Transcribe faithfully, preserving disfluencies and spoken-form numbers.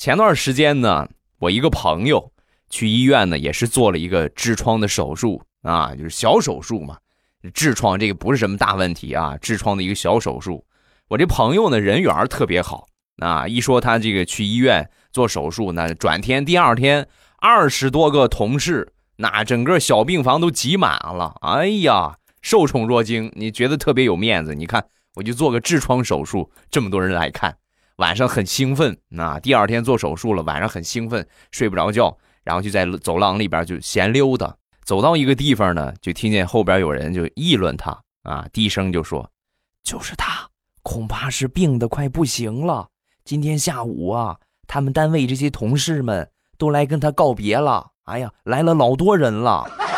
前段时间呢，我一个朋友去医院呢，也是做了一个痔疮的手术啊，就是小手术嘛。痔疮这个不是什么大问题啊，痔疮的一个小手术。我这朋友呢人缘特别好啊，一说他这个去医院做手术，那转天第二天二十多个同事，那整个小病房都挤满了。哎呀，受宠若惊，你觉得特别有面子。你看我就做个痔疮手术，这么多人来看，晚上很兴奋啊，第二天做手术了，晚上很兴奋，睡不着觉，然后就在走廊里边就闲溜达。走到一个地方呢，就听见后边有人就议论他啊，低声就说：“就是他，恐怕是病得快不行了。今天下午啊，他们单位这些同事们都来跟他告别了。哎呀，来了老多人了。”